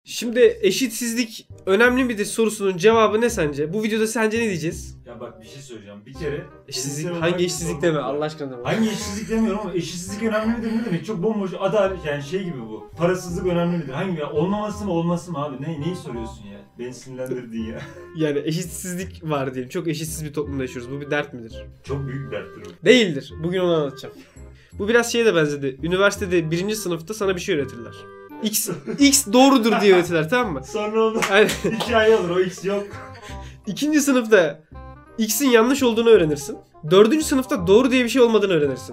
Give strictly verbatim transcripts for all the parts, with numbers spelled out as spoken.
Şimdi eşitsizlik önemli midir sorusunun cevabı ne sence? Bu videoda sence ne diyeceğiz? Ya bak bir şey söyleyeceğim. Bir kere eşitsizlik, hangi eşitsizlik deme Allah aşkına deme. Hangi eşitsizlik demiyorum ama eşitsizlik önemli midir ne demek? Çok bomboş adalet yani şey gibi bu. Parasızlık önemli midir? Hangi ya olmaması mı olması mı abi? Ne neyi soruyorsun ya? Beni sinirlendirdin ya. Yani eşitsizlik var diyelim. Çok eşitsiz bir toplumda yaşıyoruz. Bu bir dert midir? Çok büyük derttir o. Değildir. Bugün onu anlatacağım. Bu biraz şeye de benzedi. Üniversitede birinci sınıfta sana bir şey öğretirler. X, X doğrudur diye öğretirler, tamam mı? Sonra onu hikaye olur, o X yok. İkinci sınıfta X'in yanlış olduğunu öğrenirsin. Dördüncü sınıfta doğru diye bir şey olmadığını öğrenirsin.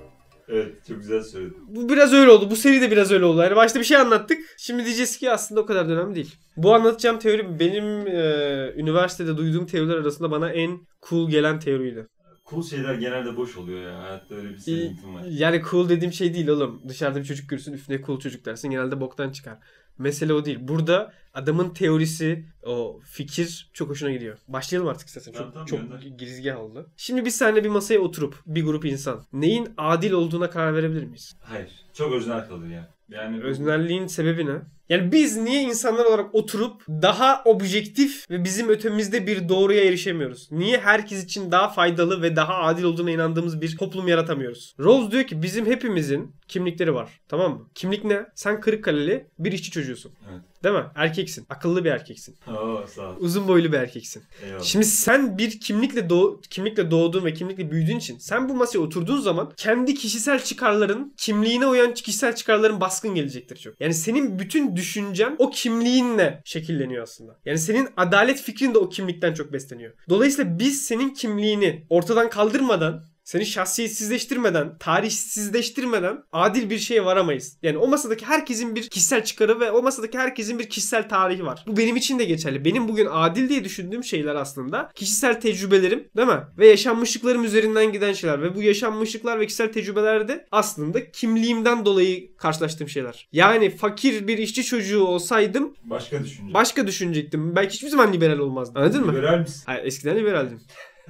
Evet, çok güzel söyledin. Bu biraz öyle oldu. Bu seri de biraz öyle oldu. Yani başta bir şey anlattık. Şimdi diyeceğiz ki aslında o kadar da önemli değil. Bu anlatacağım teori benim e, üniversitede duyduğum teoriler arasında bana en cool gelen teoriydi. Cool şeyler genelde boş oluyor ya. Hayatta öyle bir sevintim var. Yani cool dediğim şey değil oğlum. Dışarıda bir çocuk görürsün, üf ne cool çocuk dersin. Genelde boktan çıkar. Mesele o değil. Burada adamın teorisi, o fikir çok hoşuna gidiyor. Başlayalım artık istersen. Çok, tamam, çok gönder. girizgah oldu. Şimdi biz seninle bir masaya oturup bir grup insan neyin adil olduğuna karar verebilir miyiz? Hayır. Çok öznel kalır ya. Yani Öznelliğin sebebi ne? Yani biz niye insanlar olarak oturup daha objektif ve bizim ötemizde bir doğruya erişemiyoruz? Niye herkes için daha faydalı ve daha adil olduğuna inandığımız bir toplum yaratamıyoruz? Rose diyor ki bizim hepimizin kimlikleri var. Tamam mı? Kimlik ne? Sen Kırıkkaleli bir işçi çocuğusun. Evet. Değil mi? Erkeksin. Akıllı bir erkeksin. Oo, sağ ol. Uzun boylu bir erkeksin. Eyvallah. Şimdi sen bir kimlikle doğ kimlikle doğduğun ve kimlikle büyüdüğün için sen bu masaya oturduğun zaman kendi kişisel çıkarların, kimliğine uyan kişisel çıkarların baskın gelecektir çok. Yani senin bütün düşüncen o kimliğinle şekilleniyor aslında. Yani senin adalet fikrin de o kimlikten çok besleniyor. Dolayısıyla biz senin kimliğini ortadan kaldırmadan, seni şahsiyetsizleştirmeden, tarihsizleştirmeden adil bir şeye varamayız. Yani o masadaki herkesin bir kişisel çıkarı ve o masadaki herkesin bir kişisel tarihi var. Bu benim için de geçerli. Benim bugün adil diye düşündüğüm şeyler aslında kişisel tecrübelerim, değil mi? Ve yaşanmışlıklarım üzerinden giden şeyler. Ve bu yaşanmışlıklar ve kişisel tecrübeler de aslında kimliğimden dolayı karşılaştığım şeyler. Yani fakir bir işçi çocuğu olsaydım Başka düşünce. başka düşünecektim. Belki hiçbir zaman liberal olmazdım. Anladın mı? Liberal misin? Hayır, eskiden liberaldim.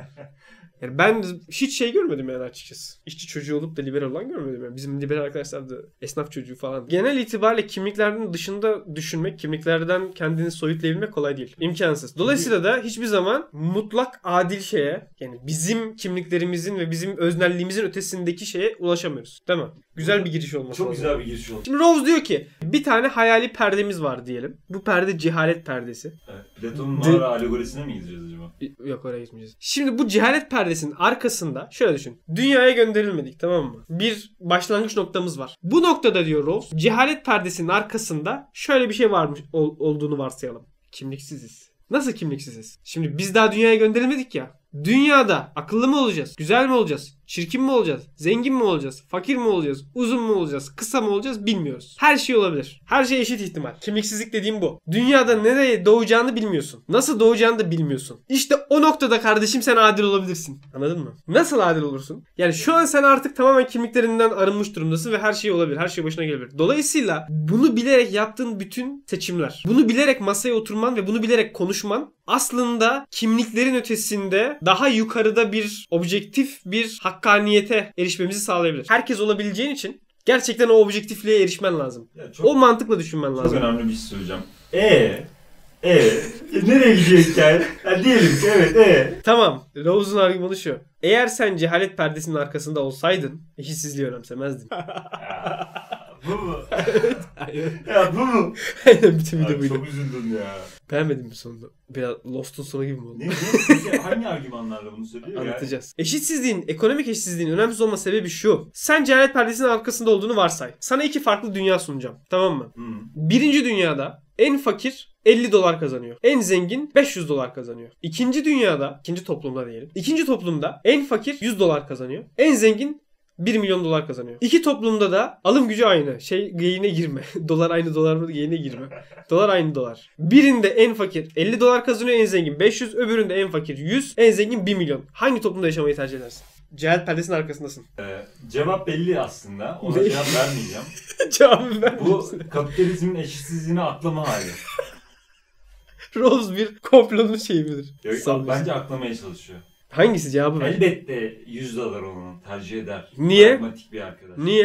Yani ben hiç şey görmedim yani açıkçası. İşçi çocuğu olup da liberal olan görmedim yani. Bizim liberal arkadaşlar da esnaf çocuğu falan. Genel itibariyle kimliklerden dışında düşünmek, kimliklerden kendini soyutlayabilmek kolay değil. İmkansız. Dolayısıyla da hiçbir zaman mutlak adil şeye, yani bizim kimliklerimizin ve bizim öznelliğimizin ötesindeki şeye ulaşamıyoruz. Değil mi? Güzel bir giriş olması Çok lazım. güzel bir giriş oldu. Şimdi Rose diyor ki bir tane hayali perdemiz var diyelim. Bu perde cehalet perdesi. Evet. Platon'un De- mağara alegorisine mi gideceğiz acaba? Yok, oraya gitmeyeceğiz. Şimdi bu cehalet perdesinin arkasında şöyle düşün. Dünyaya gönderilmedik, tamam mı? Bir başlangıç noktamız var. Bu noktada diyor Rose, cehalet perdesinin arkasında şöyle bir şey varmış ol- olduğunu varsayalım. Kimliksiziz. Nasıl kimliksiziz? Şimdi biz daha dünyaya gönderilmedik ya. Dünyada akıllı mı olacağız? Güzel mi olacağız? Çirkin mi olacağız? Zengin mi olacağız? Fakir mi olacağız? Uzun mu olacağız? Kısa mı olacağız? Bilmiyoruz. Her şey olabilir. Her şey eşit ihtimal. Kimliksizlik dediğim bu. Dünyada nereye doğacağını bilmiyorsun. Nasıl doğacağını da bilmiyorsun. İşte o noktada kardeşim sen adil olabilirsin. Anladın mı? Nasıl adil olursun? Yani şu an sen artık tamamen kimliklerinden arınmış durumdasın ve her şey olabilir. Her şey başına gelebilir. Dolayısıyla bunu bilerek yaptığın bütün seçimler, bunu bilerek masaya oturman ve bunu bilerek konuşman aslında kimliklerin ötesinde daha yukarıda bir objektif bir hakkaniyete erişmemizi sağlayabilir. Herkes olabileceğin için gerçekten o objektifliğe erişmen lazım. Çok, o mantıkla düşünmen çok lazım. Çok önemli bir şey söyleyeceğim. Eee? Eee? Nereye gidiyor hikaye? Ha, diyelim ki evet eee? Tamam. Rose'un argümanı şu. Eğer sen cehalet perdesinin arkasında olsaydın eşitsizliği önemsemezdin. Bu mu? Evet. Aynen. Ya bu mu? Aynen bütün video Abi, buydu. çok üzüldüm ya. Beğenmedin mi sonunu? Biraz Lost'un sonu gibi mi oldu? Ne? ne? Peki hangi argümanlarla bunu söylüyor ya? Anlatacağız. Eşitsizliğin, ekonomik eşitsizliğin önemsiz olma sebebi şu. Sen cehalet perdesinin arkasında olduğunu varsay. Sana iki farklı dünya sunacağım. Tamam mı? Hmm. Birinci dünyada en fakir elli dolar kazanıyor. En zengin beş yüz dolar kazanıyor. İkinci dünyada, ikinci toplumda diyelim. İkinci toplumda en fakir yüz dolar kazanıyor. En zengin bir milyon dolar kazanıyor. İki toplumda da alım gücü aynı. Şey geyine girme. Dolar aynı dolar mı? Geyine girme. Dolar aynı dolar. Birinde en fakir elli dolar kazanıyor, en zengin beş yüz. Öbüründe en fakir yüz, en zengin bir milyon. Hangi toplumda yaşamayı tercih edersin? Cehalet perdesinin arkasındasın. Ee, cevap belli aslında. Ona Ne? cevap vermeyeceğim. Cevabı ver. Bu kapitalizmin eşitsizliğini aklama hali. Rose bir komplonun şeyi midir? Yok, Sanmıyorsun. bence aklamaya çalışıyor. Hangisi cevabı ver? Elbette yüz dolar onu tercih eder. Niye? Pragmatik bir arkadaş. Niye?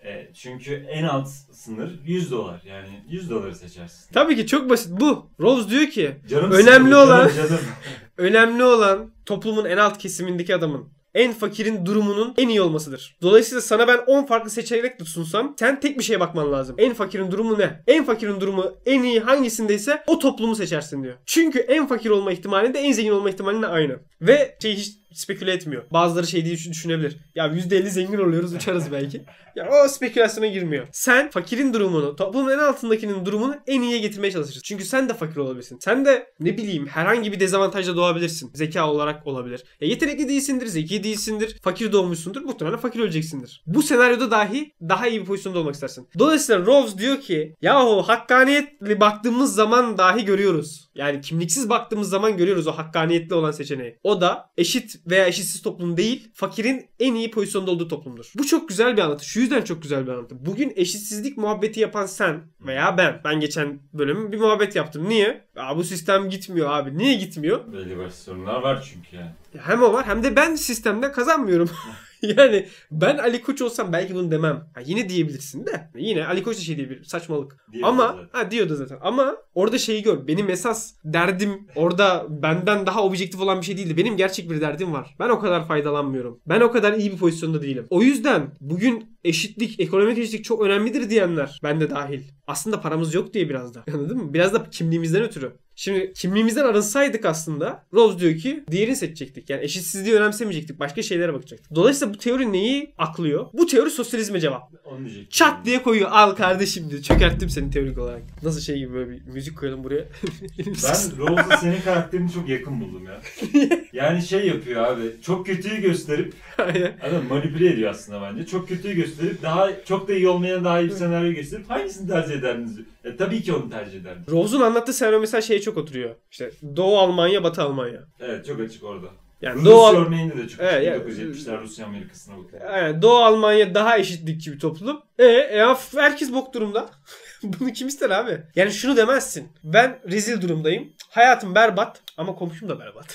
E, çünkü en alt sınır yüz dolar. Yani yüz doları seçersin. Tabii ki çok basit bu. Rose diyor ki Canım önemli sıkıldı, olan canım, canım. önemli olan toplumun en alt kesimindeki adamın, en fakirin durumunun en iyi olmasıdır. Dolayısıyla sana ben on farklı seçenek de sunsam sen tek bir şeye bakman lazım. En fakirin durumu ne? En fakirin durumu en iyi hangisindeyse o toplumu seçersin diyor. Çünkü en fakir olma ihtimali de en zengin olma ihtimaline aynı. Ve şey hiç speküle etmiyor. Bazıları şey diye düşünebilir. Ya yüzde elli zengin oluyoruz, uçarız belki. Ya o spekülasyona girmiyor. Sen fakirin durumunu, toplumun en altındakinin durumunu en iyiye getirmeye çalışırsın. Çünkü sen de fakir olabilirsin. Sen de ne bileyim herhangi bir dezavantajla doğabilirsin. Zeka olarak olabilir. Ya yetenekli değilsindir, zeki değilsindir, fakir doğmuşsundur. Muhtemelen fakir öleceksindir. Bu senaryoda dahi daha iyi bir pozisyonda olmak istersin. Dolayısıyla Rose diyor ki yahu hakkaniyetli baktığımız zaman dahi görüyoruz. Yani kimliksiz baktığımız zaman görüyoruz o hakkaniyetli olan seçeneği. O da eşit veya eşitsiz toplum değil, fakirin en iyi pozisyonda olduğu toplumdur. Bu çok güzel bir anlatı. Şu yüzden çok güzel bir anlatı. Bugün eşitsizlik muhabbeti yapan sen veya ben. Ben geçen bölüm bir muhabbet yaptım. Niye? Ya bu sistem gitmiyor abi. Niye gitmiyor? Belli başlı sorunlar var çünkü yani. Hem o var hem de ben sistemde kazanmıyorum. Yani ben Ali Koç olsam belki bunu demem. Ha, yine diyebilirsin de. Yine Ali Koç da şey diyebilir. Saçmalık. Diyordu Ama zaten. ha diyordu zaten. Ama orada şeyi gör. Benim esas derdim orada benden daha objektif olan bir şey değildi. Benim gerçek bir derdim var. Ben o kadar faydalanmıyorum. Ben o kadar iyi bir pozisyonda değilim. O yüzden bugün eşitlik, ekonomik eşitlik çok önemlidir diyenler, ben de dahil, aslında paramız yok diye biraz da. Anladın mı? Biraz da kimliğimizden ötürü. Şimdi kimliğimizden arınsaydık aslında Rose diyor ki diğerini seçecektik. Yani eşitsizliği önemsemeyecektik. Başka şeylere bakacaktık. Dolayısıyla bu teori neyi aklıyor? Bu teori sosyalizme cevap. Onu diyecektim. Çat diye koyuyor. Al kardeşim diyor. Çökerttim seni teorik olarak. Nasıl şey gibi böyle bir müzik koyalım buraya. Ben Rose'la senin karakterini çok yakın buldum ya. Yani şey yapıyor abi. Çok kötüyü gösterip Aynen. adam manipüle ediyor aslında bence. Çok kötüyü gösterip daha çok da iyi olmayan daha iyi bir senaryo gösterip hangisini tercih ederdiniz? E, tabii ki onu tercih ederdim. Rose'un anlattığı senaryo mesela şeye çok oturuyor. İşte Doğu Almanya, Batı Almanya. Evet çok açık orada. Yani Rusya Doğu örneğinde de çok Evet, açık. yani- bin dokuz yüz yetmişler Rusya Amerika'sına bakıyor. Yani Doğu Almanya daha eşitlikçi bir toplum. E, e herkes bok durumda. Bunu kim ister abi? Yani şunu demezsin. Ben rezil durumdayım. Hayatım berbat ama komşum da berbat.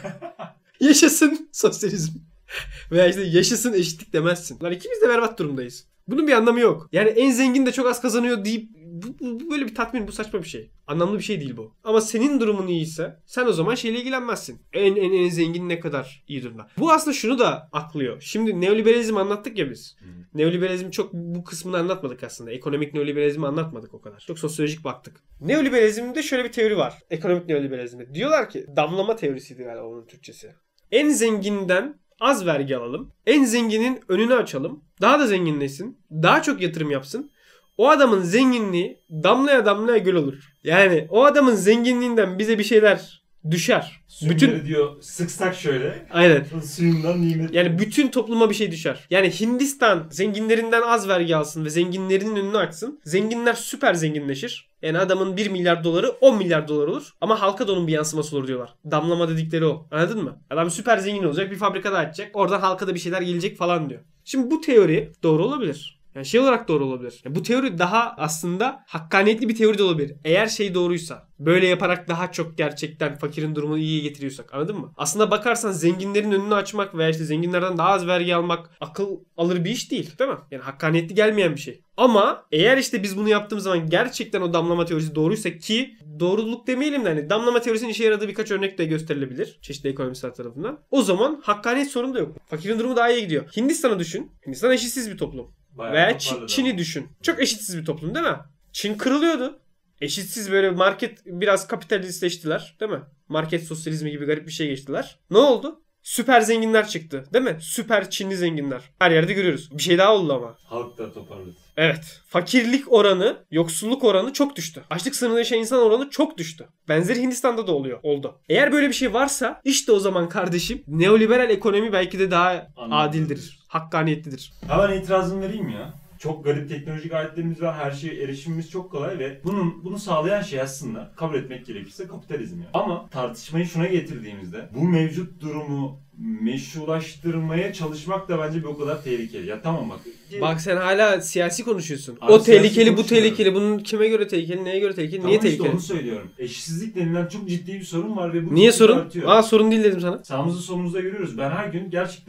Yaşasın sosyalizm. Veya işte yaşasın eşitlik demezsin. Lan ikimiz de berbat durumdayız. Bunun bir anlamı yok. Yani en zengin de çok az kazanıyor deyip bu, bu, bu böyle bir tatmin, bu saçma bir şey. Anlamlı bir şey değil bu. Ama senin durumun iyiyse sen o zaman şeyle ilgilenmezsin. En en en zengin ne kadar iyi durumda. Bu aslında şunu da aklıyor. Şimdi neoliberalizmi anlattık ya biz. Hmm. Neoliberalizm çok bu kısmını anlatmadık aslında. Ekonomik neoliberalizmi anlatmadık o kadar. Çok sosyolojik baktık. Neoliberalizmde şöyle bir teori var. Ekonomik neoliberalizmde. Diyorlar ki damlama teorisiydi galiba onun Türkçesi. En zenginden az vergi alalım. En zenginin önünü açalım. Daha da zenginleşsin. Daha çok yatırım yapsın. O adamın zenginliği damlaya damlaya göl olur. Yani o adamın zenginliğinden bize bir şeyler düşer. Süngeri Bütün diyor sıksak şöyle. aynen. Suyundan nimet. Yani bütün topluma bir şey düşer. Yani Hindistan zenginlerinden az vergi alsın ve zenginlerinin önünü açsın. Zenginler süper zenginleşir. Yani adamın bir milyar doları on milyar dolar olur. Ama halka da onun bir yansıması olur diyorlar. Damlama dedikleri o. Anladın mı? Adam süper zengin olacak. Bir fabrikada açacak. Oradan halka da bir şeyler gelecek falan diyor. Şimdi bu teori doğru olabilir. Yani şey olarak doğru olabilir. Yani bu teori daha aslında hakkaniyetli bir teori de olabilir. Eğer şey doğruysa. Böyle yaparak daha çok gerçekten fakirin durumunu iyiye getiriyorsak. Anladın mı? Aslında bakarsan zenginlerin önünü açmak veya işte zenginlerden daha az vergi almak akıl alır bir iş değil. Değil mi? Yani hakkaniyetli gelmeyen bir şey. Ama eğer işte biz bunu yaptığımız zaman gerçekten o damlama teorisi doğruysa, ki doğruluk demeyelim de hani damlama teorisinin işe yaradığı birkaç örnek de gösterilebilir çeşitli ekonomistler tarafından. O zaman hakkaniyet sorunu da yok. Fakirin durumu daha iyi gidiyor. Hindistan'ı düşün. Hindistan eşitsiz bir toplum. Bayağı Veya toparladı Çin- Çin'i ama. düşün. Çok eşitsiz bir toplum değil mi? Çin kırılıyordu. Eşitsiz böyle market biraz kapitalistleştiler değil mi? Market sosyalizmi gibi garip bir şey geçtiler. Ne oldu? Süper zenginler çıktı değil mi? Süper Çinli zenginler. Her yerde görüyoruz. Bir şey daha oldu ama. Halk da toparladı. Evet. Fakirlik oranı, yoksulluk oranı çok düştü. Açlık sınırında yaşayan insan oranı çok düştü. Benzeri Hindistan'da da oluyor. Oldu. Eğer böyle bir şey varsa işte o zaman kardeşim neoliberal ekonomi belki de daha Anladım. adildir. Hakkaniyetlidir. Hemen itirazımı vereyim ya. Çok garip teknolojik aletlerimiz var. Her şeye erişimimiz çok kolay ve bunun bunu sağlayan şey aslında kabul etmek gerekirse kapitalizm ya. Ama tartışmayı şuna getirdiğimizde bu mevcut durumu meşrulaştırmaya çalışmak da bence bir o kadar tehlikeli. Ya tamam bak. Bak sen hala siyasi konuşuyorsun. Abi o siyasi tehlikeli, bu konuşmuyorum. tehlikeli. Bunun kime göre tehlikeli, neye göre tehlikeli, Tamam niye işte tehlikeli? onu söylüyorum. Eşitsizlik denilen çok ciddi bir sorun var ve bu Niye gitgide sorun? artıyor. Aa sorun değil dedim sana. Sağımızda solumuzda görüyoruz. Ben her gün gerçekten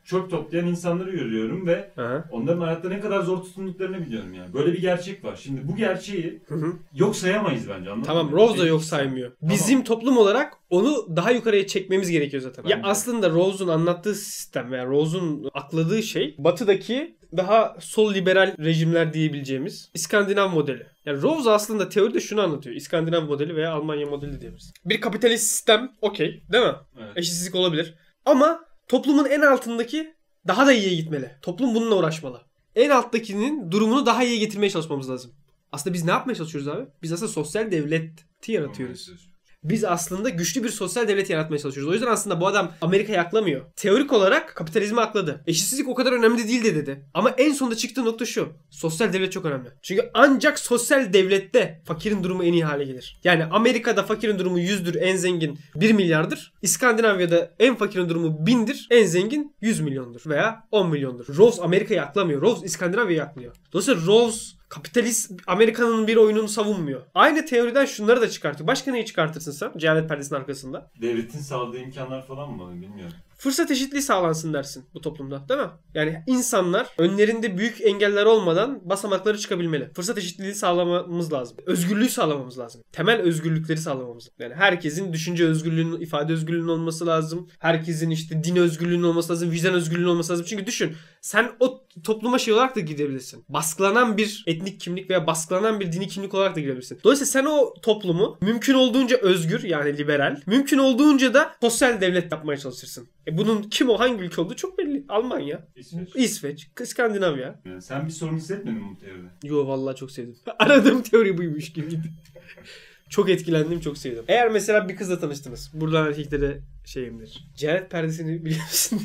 çöp toplayan insanları görüyorum ve Aha. onların hayatta ne kadar zor tutunduklarını biliyorum yani. Böyle bir gerçek var. Şimdi bu gerçeği Hı hı. yok sayamayız bence, anladın Tamam, mı? Rose da Benim- yok saymıyor. Tamam. Bizim toplum olarak onu daha yukarıya çekmemiz gerekiyor zaten. Ya Bence. aslında Rose'un anlattığı sistem veya Rose'un akladığı şey batıdaki daha sol liberal rejimler diyebileceğimiz İskandinav modeli. Yani Rose aslında teoride şunu anlatıyor. İskandinav modeli veya Almanya modeli diyebiliriz. Bir kapitalist sistem okey değil mi? Evet. Eşitsizlik olabilir. Ama toplumun en altındaki daha da iyiye gitmeli. Toplum bununla uğraşmalı. En alttakinin durumunu daha iyiye getirmeye çalışmamız lazım. Aslında biz ne yapmaya çalışıyoruz abi? Biz aslında sosyal devleti yaratıyoruz. Biz aslında güçlü bir sosyal devlet yaratmaya çalışıyoruz. O yüzden aslında bu adam Amerika'yı aklamıyor. Teorik olarak kapitalizmi akladı. Eşitsizlik o kadar önemli değil de dedi. Ama en sonunda çıktığı nokta şu. Sosyal devlet çok önemli. Çünkü ancak sosyal devlette fakirin durumu en iyi hale gelir. Yani Amerika'da fakirin durumu yüzdür, en zengin bir milyardır. İskandinavya'da en fakirin durumu bindir, en zengin yüz milyondur veya on milyondur. Rose Amerika'yı aklamıyor. Rose İskandinavya'yı aklıyor. Dolayısıyla Rose kapitalist Amerika'nın bir oyununu savunmuyor. Aynı teoriden şunları da çıkartıyor. Başka neyi çıkartırsın sen? Cehalet perdesinin arkasında. Devletin sağladığı imkanlar falan mı? Bilmiyorum. Fırsat eşitliği sağlansın dersin bu toplumda, değil mi? Yani insanlar önlerinde büyük engeller olmadan basamakları çıkabilmeli. Fırsat eşitliği sağlamamız lazım. Özgürlüğü sağlamamız lazım. Temel özgürlükleri sağlamamız lazım. Yani herkesin düşünce özgürlüğünün, ifade özgürlüğünün olması lazım. Herkesin işte din özgürlüğünün olması lazım. Vicdan özgürlüğünün olması lazım. Çünkü düşün, sen o topluma şey olarak da gidebilirsin. Baskılanan bir etnik kimlik veya baskılanan bir dini kimlik olarak da girebilirsin. Dolayısıyla sen o toplumu mümkün olduğunca özgür, yani liberal, mümkün olduğunca da sosyal devlet yapmaya çalışırsın. E bunun kim o, hangi ülke olduğu çok belli. Almanya, İsveç. İsveç, İskandinavya. Yani sen bir sorun hissetmedin mi bu teoride? Yo vallahi çok sevdim. Aradığım teori buymuş gibiydi. Çok etkilendim, çok sevdim. Eğer mesela bir kızla tanıştınız. Buradan erkeklere şeyimdir. Cehalet perdesini biliyor musun?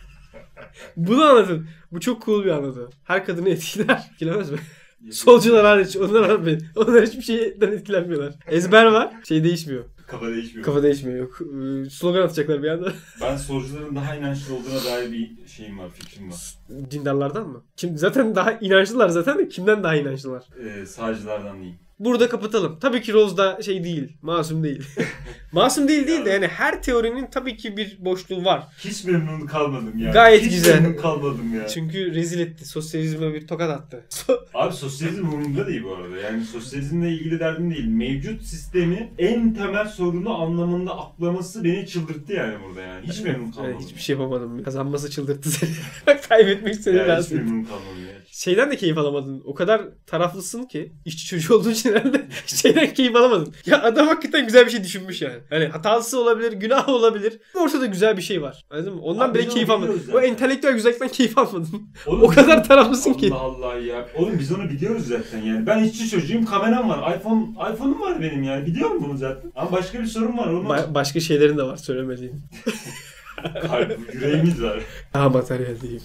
Bunu anlatın. Bu çok cool bir anlatı. Her kadını etkiler. Etkilemez mi? Solcular hariç. Onlar hariç. Onlar hiçbir şeyden etkilenmiyorlar. Ezber var. Şey değişmiyor. Kafa değişmiyor. Kafa değişmiyor. Yok. Ee, Slogan atacaklar bir anda. Ben solcuların daha inançlı olduğuna dair bir şeyim var, fikrim var. Dindarlardan mı? Kim, zaten daha inançlılar zaten de kimden daha inançlılar? Ee, sağcılardan değil. Burada kapatalım. Tabii ki Rose da şey değil. Masum değil. Masum değil değil de yani her teorinin tabii ki bir boşluğu var. Hiç memnun kalmadım ya. Gayet Hiç güzel. memnun kalmadım ya. Çünkü rezil etti. Sosyalizme bir tokat attı. Abi sosyalizm umurumda değil bu arada. Yani sosyalizmle ilgili derdim değil. Mevcut sistemi en temel sorunu anlamında aklaması beni çıldırttı yani burada yani. Hiç memnun kalmadım. Evet, hiçbir şey yapamadım. Kazanması çıldırttı seni. Kaybetmek seni yani hiç rahatsız etti. memnun kalmadım ya. Şeyden de keyif alamadın. O kadar taraflısın ki işçi çocuğu olduğun için herhalde şeyden keyif alamadın. Ya adam hakikaten güzel bir şey düşünmüş yani. Hani hatalısı olabilir, günah olabilir. Ortada güzel bir şey var. Anladın mı? Ondan Abi bile biz keyif onu almadın. biliyoruz O zaten. entelektüel güzellikten keyif almadın. Oğlum O kadar biz- taraflısın ki. Allah Allah ya. Oğlum biz onu biliyoruz zaten yani. Ben işçi çocuğum, kameram var. iPhone iPhone'um var benim yani. Biliyorum bunu zaten. Ama başka bir sorun var. Onu Ba- başka şeylerin de var söylemediğin. Kalp, yüreğimiz var. Daha materyal diyeyim.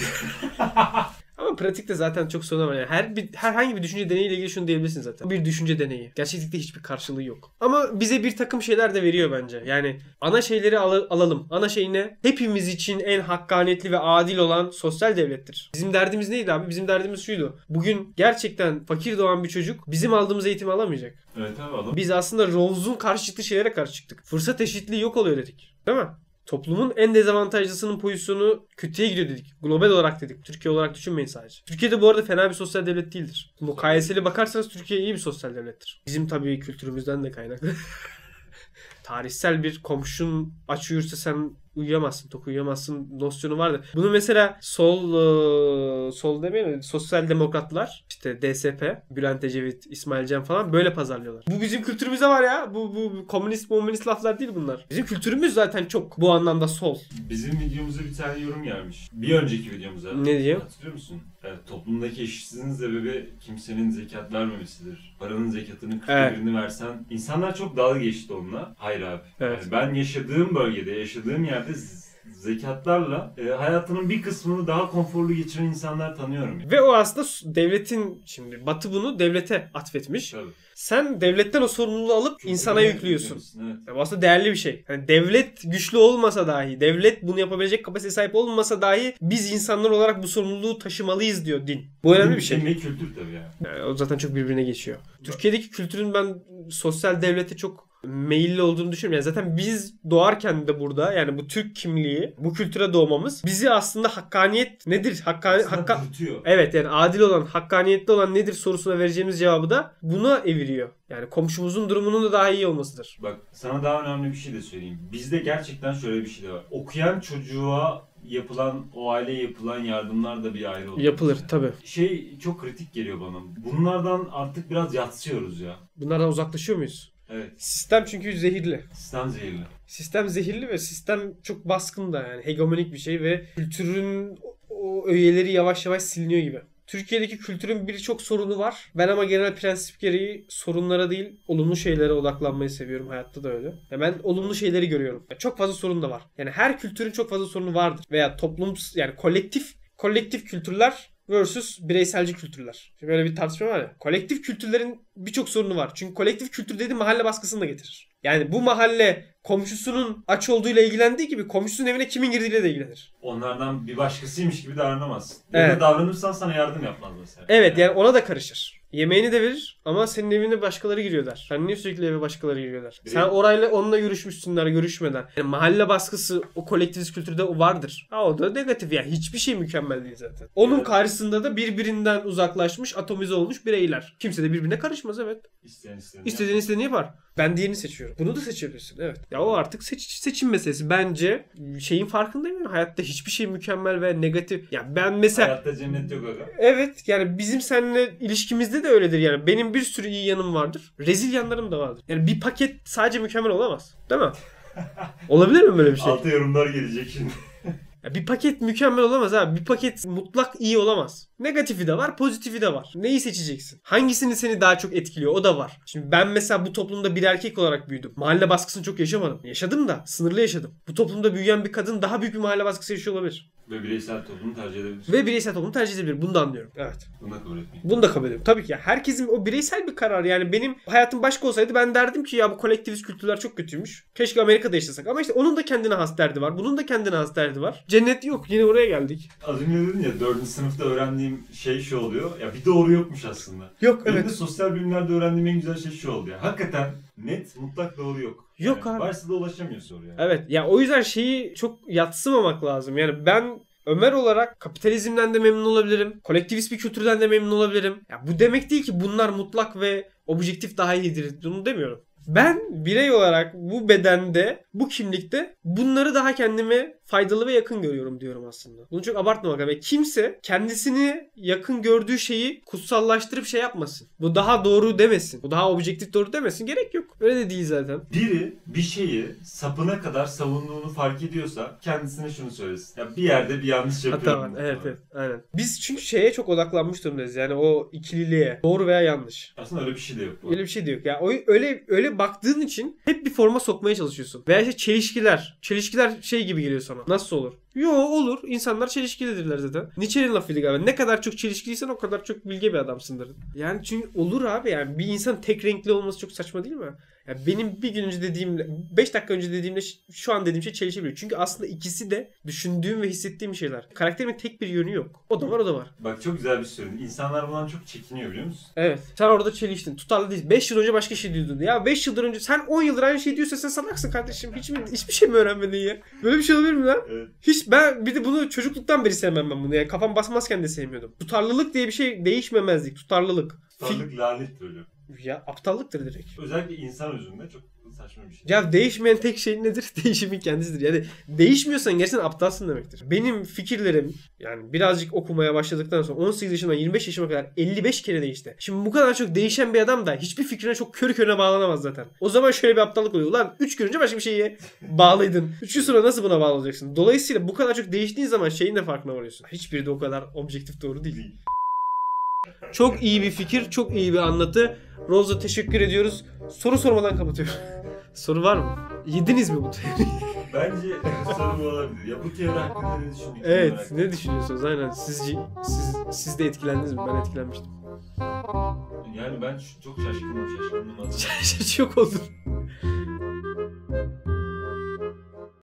Ama pratikte zaten çok sorun var. Yani her bir, herhangi bir düşünce deneyiyle ilgili şunu diyebilirsin zaten. Bu bir düşünce deneyi. Gerçeklikte hiçbir karşılığı yok. Ama bize bir takım şeyler de veriyor bence. Yani ana şeyleri al- alalım. Ana şey ne? Hepimiz için en hakkaniyetli ve adil olan sosyal devlettir. Bizim derdimiz neydi abi? Bizim derdimiz şuydu. Bugün gerçekten fakir doğan bir çocuk bizim aldığımız eğitimi alamayacak. Evet abi adam. Biz aslında Rawls'un karşı çıktığı şeylere karşı çıktık. Fırsat eşitliği yok oluyor dedik. Değil mi? Toplumun en dezavantajlısının pozisyonu kötüye gidiyor dedik. Global olarak dedik. Türkiye olarak düşünmeyin sadece. Türkiye'de bu arada fena bir sosyal devlet değildir. Mukayeseli bakarsanız Türkiye iyi bir sosyal devlettir. Bizim tabii kültürümüzden de kaynaklı. Tarihsel bir komşun aç uyursa sen uyuyamazsın, tok uyuyamazsın nosyonu vardı. Bunu mesela sol e, sol demeyelim, sosyal demokratlar, işte D S P, Bülent Ecevit, İsmail Cem falan böyle pazarlıyorlar. Bu bizim kültürümüzde var ya. Bu, bu, bu komünist, komünist laflar değil bunlar. Bizim kültürümüz zaten çok bu anlamda sol. Bizim videomuza bir tane yorum gelmiş. Bir önceki videomuza. Ne diyor? Hatırlıyor musun? Evet, toplumdaki eşitsizliğin sebebi kimsenin zekat vermemesidir. Paranın zekatının kırkta Evet. birini versen. İnsanlar çok dalga geçti onunla. Hayır abi. Evet. Yani ben yaşadığım bölgede, yaşadığım yerde z- zekatlarla e, hayatının bir kısmını daha konforlu geçiren insanlar tanıyorum. Ve o aslında devletin, şimdi Batı bunu devlete atfetmiş. Tabii. Sen devletten o sorumluluğu alıp insana Kültürüne yüklüyorsun. yüklüyorsun, evet. Yani bu aslında değerli bir şey. Yani devlet güçlü olmasa dahi, devlet bunu yapabilecek kapasiteye sahip olmasa dahi biz insanlar olarak bu sorumluluğu taşımalıyız diyor din. Bu önemli bir şey. Din ve kültür tabii yani. Yani o zaten çok birbirine geçiyor. Türkiye'deki kültürün ben sosyal devlete çok meyilli olduğunu düşünmüyorum. Yani zaten biz doğarken de burada, yani bu Türk kimliği, bu kültüre doğmamız bizi aslında hakkaniyet nedir? Hakkani, hakka... Evet, yani adil olan, hakkaniyetli olan nedir sorusuna vereceğimiz cevabı da buna eviriyor. Yani komşumuzun durumunun da daha iyi olmasıdır. Bak sana daha önemli bir şey de söyleyeyim. Bizde gerçekten şöyle bir şey de var. Okuyan çocuğa yapılan, o aileye yapılan yardımlar da bir ayrı oluyor. Yapılır tabii. Şey çok kritik geliyor bana. Bunlardan artık biraz yatsıyoruz ya. Bunlardan uzaklaşıyor muyuz? Evet. Sistem çünkü zehirli. Sistem zehirli. Sistem zehirli ve sistem çok baskın da, yani hegemonik bir şey ve kültürün o öğeleri yavaş yavaş siliniyor gibi. Türkiye'deki kültürün birçok sorunu var. Ben ama genel prensip gereği sorunlara değil, olumlu şeylere odaklanmayı seviyorum. Hayatta da öyle. Ya ben olumlu şeyleri görüyorum. Ya çok fazla sorun da var. Yani her kültürün çok fazla sorunu vardır. Veya toplum, yani kolektif kolektif kültürler versus bireyselci kültürler. Şimdi böyle bir tartışma var ya. Kolektif kültürlerin birçok sorunu var. Çünkü kolektif kültür dediği mahalle baskısını da getirir. Yani bu mahalle komşusunun aç olduğuyla ilgilendiği gibi komşusunun evine kimin girdiğiyle de ilgilenir. Onlardan bir başkasıymış gibi davranamazsın. Evet. Öyle davranırsan sana yardım yapmaz mesela. Evet, yani ona da karışır. Yemeğini de verir ama senin evine başkaları giriyorlar. Sen niye sürekli eve başkaları giriyorlar? Değil Sen mi? orayla onunla görüşmüşsünler görüşmeden. Yani mahalle baskısı o kolektivist kültürde vardır. Ha, o da negatif, yani hiçbir şey mükemmel değil zaten. Onun Evet. karşısında da birbirinden uzaklaşmış, atomize olmuş bireyler. Kimse de birbirine karışmaz, evet. İsteyen istediğini İstediğini yapar. istediğini yapar. Ben diğerini seçiyorum. Bunu da seçebilirsin, evet. Ya o artık seç, seçim meselesi. Bence şeyin farkındayım yani. Hayatta hiçbir şey mükemmel ve negatif. Ya ben mesela... Hayatta cennet yok aga. Evet, yani bizim seninle ilişkimizde de öyledir yani. Benim bir sürü iyi yanım vardır. Rezil yanlarım da vardır. Yani bir paket sadece mükemmel olamaz. Değil mi? Olabilir mi böyle bir şey? Altı yorumlar gelecek şimdi. Ya bir paket mükemmel olamaz abi. Bir paket mutlak iyi olamaz. Negatifi de var, pozitifi de var. Neyi seçeceksin? Hangisini seni daha çok etkiliyor? O da var. Şimdi ben mesela bu toplumda bir erkek olarak büyüdüm. Mahalle baskısını çok yaşamadım. Yaşadım da sınırlı yaşadım. Bu toplumda büyüyen bir kadın daha büyük bir mahalle baskısı yaşıyor olabilir. Ve bireysel toplumu tercih edebilir. Ve bireysel toplumu tercih edebilir. Bunu da anlıyorum. Evet. Bunu da kabul etmeyin. Bunu da kabul ediyorum. Tabii ki ya. Herkesin o bireysel bir karar. Yani benim hayatım başka olsaydı ben derdim ki ya bu kolektivist kültürler çok kötüymüş. Keşke Amerika'da yaşasak. Ama işte onun da kendine has derdi var. Bunun da kendine has derdi var. Cennet yok. Yine oraya geldik. Az önce dedin ya dördüncü sınıfta öğrendiğim şey şu oluyor. Ya bir doğru yokmuş aslında. Yok, Benim evet. de sosyal bilimlerde öğrendiğim en güzel şey şu oldu ya. Hakikaten net mutlak doğru yok. Yok Yani abi. Varsa da ulaşamıyorsun oraya. Evet. Ya o yüzden şeyi çok yadsımamak lazım. Yani ben Ömer olarak kapitalizmden de memnun olabilirim. Kolektivist bir kültürden de memnun olabilirim. Ya bu demek değil ki bunlar mutlak ve objektif daha iyidir. Bunu demiyorum. Ben birey olarak bu bedende, bu kimlikte bunları daha kendime faydalı ve yakın görüyorum diyorum aslında. Bunu çok abartmamak lazım. Kimse kendisini yakın gördüğü şeyi kutsallaştırıp şey yapmasın. Bu daha doğru demesin. Bu daha objektif doğru demesin. Gerek yok. Öyle de değil zaten. Biri bir şeyi sapına kadar savunduğunu fark ediyorsa kendisine şunu söylesin. Ya bir yerde bir yanlış yapıyorum. Hatta var. Evet, evet. Aynen. Biz çünkü şeye çok odaklanmış durumdayız. Yani o ikililiğe. Doğru veya yanlış. Aslında öyle bir şey de yok. bu. Öyle bir şey de yok. Ya o öyle öyle baktığın için hep bir forma sokmaya çalışıyorsun. Veya işte çelişkiler. Çelişkiler şey gibi geliyor sana. Nasıl olur? Yo, olur. İnsanlar çelişkilidirler zaten. Nietzsche'nin lafıydı galiba. Ne kadar çok çelişkiliysen o kadar çok bilge bir adamsındır. Yani çünkü olur abi, yani bir insan tek renkli olması çok saçma değil mi? Yani benim bir gün önce dediğimle, beş dakika önce dediğimle şu an dediğim şey çelişebiliyor. Çünkü aslında ikisi de düşündüğüm ve hissettiğim şeyler. Karakterimin tek bir yönü yok. O da var, o da var. Bak çok güzel bir şey söyledin. İnsanlar bundan çok çekiniyor biliyor musun? Evet. Sen orada çeliştin. Tutarlı değil. beş yıl önce başka şey diyordun. Ya beş yıldır önce sen on yıldır aynı şey diyorsa sen salaksın kardeşim. Hiç mi, hiçbir şey mi öğrenmedin ya? Böyle bir şey olabilir mi lan? Evet. Hiç ben bir de bunu çocukluktan beri sevmem ben bunu. Yani kafam basmazken de sevmiyordum. Tutarlılık diye bir şey, değişmemezlik. Tutarlılık. Tutarlılık lanettir öyle. Ya aptallıktır direkt. Özellikle insan özünde çok saçma bir şey. Ya değişmeyen tek şey nedir? Değişimin kendisidir. Yani değişmiyorsan gerçekten aptalsın demektir. Benim fikirlerim yani birazcık okumaya başladıktan sonra on sekiz yaşından yirmi beş yaşıma kadar elli beş kere değişti. Şimdi bu kadar çok değişen bir adam da hiçbir fikrine çok körü körüne bağlanamaz zaten. O zaman şöyle bir aptallık oluyor. Ulan üç gün önce başka bir şeye bağlıydın. üç gün sonra nasıl buna bağlı olacaksın? Dolayısıyla bu kadar çok değiştiğin zaman şeyin de farkına varıyorsun. Hiçbiri de o kadar objektif doğru değil. Değil. Çok iyi bir fikir, çok iyi bir anlatı. Rose'a teşekkür ediyoruz. Soru sormadan kapatıyorum. Soru var mı? Yediniz mi bu teoriyi? Bence soru bu olabilir. Ya bu teori hakkında ne düşünüyorsunuz? Evet, ne düşünüyorsunuz? Aynen. Sizce, siz, siz de etkilendiniz mi? Ben etkilenmiştim. Yani ben çok şaşkınım, şaşkınım aslında. Çok oldum.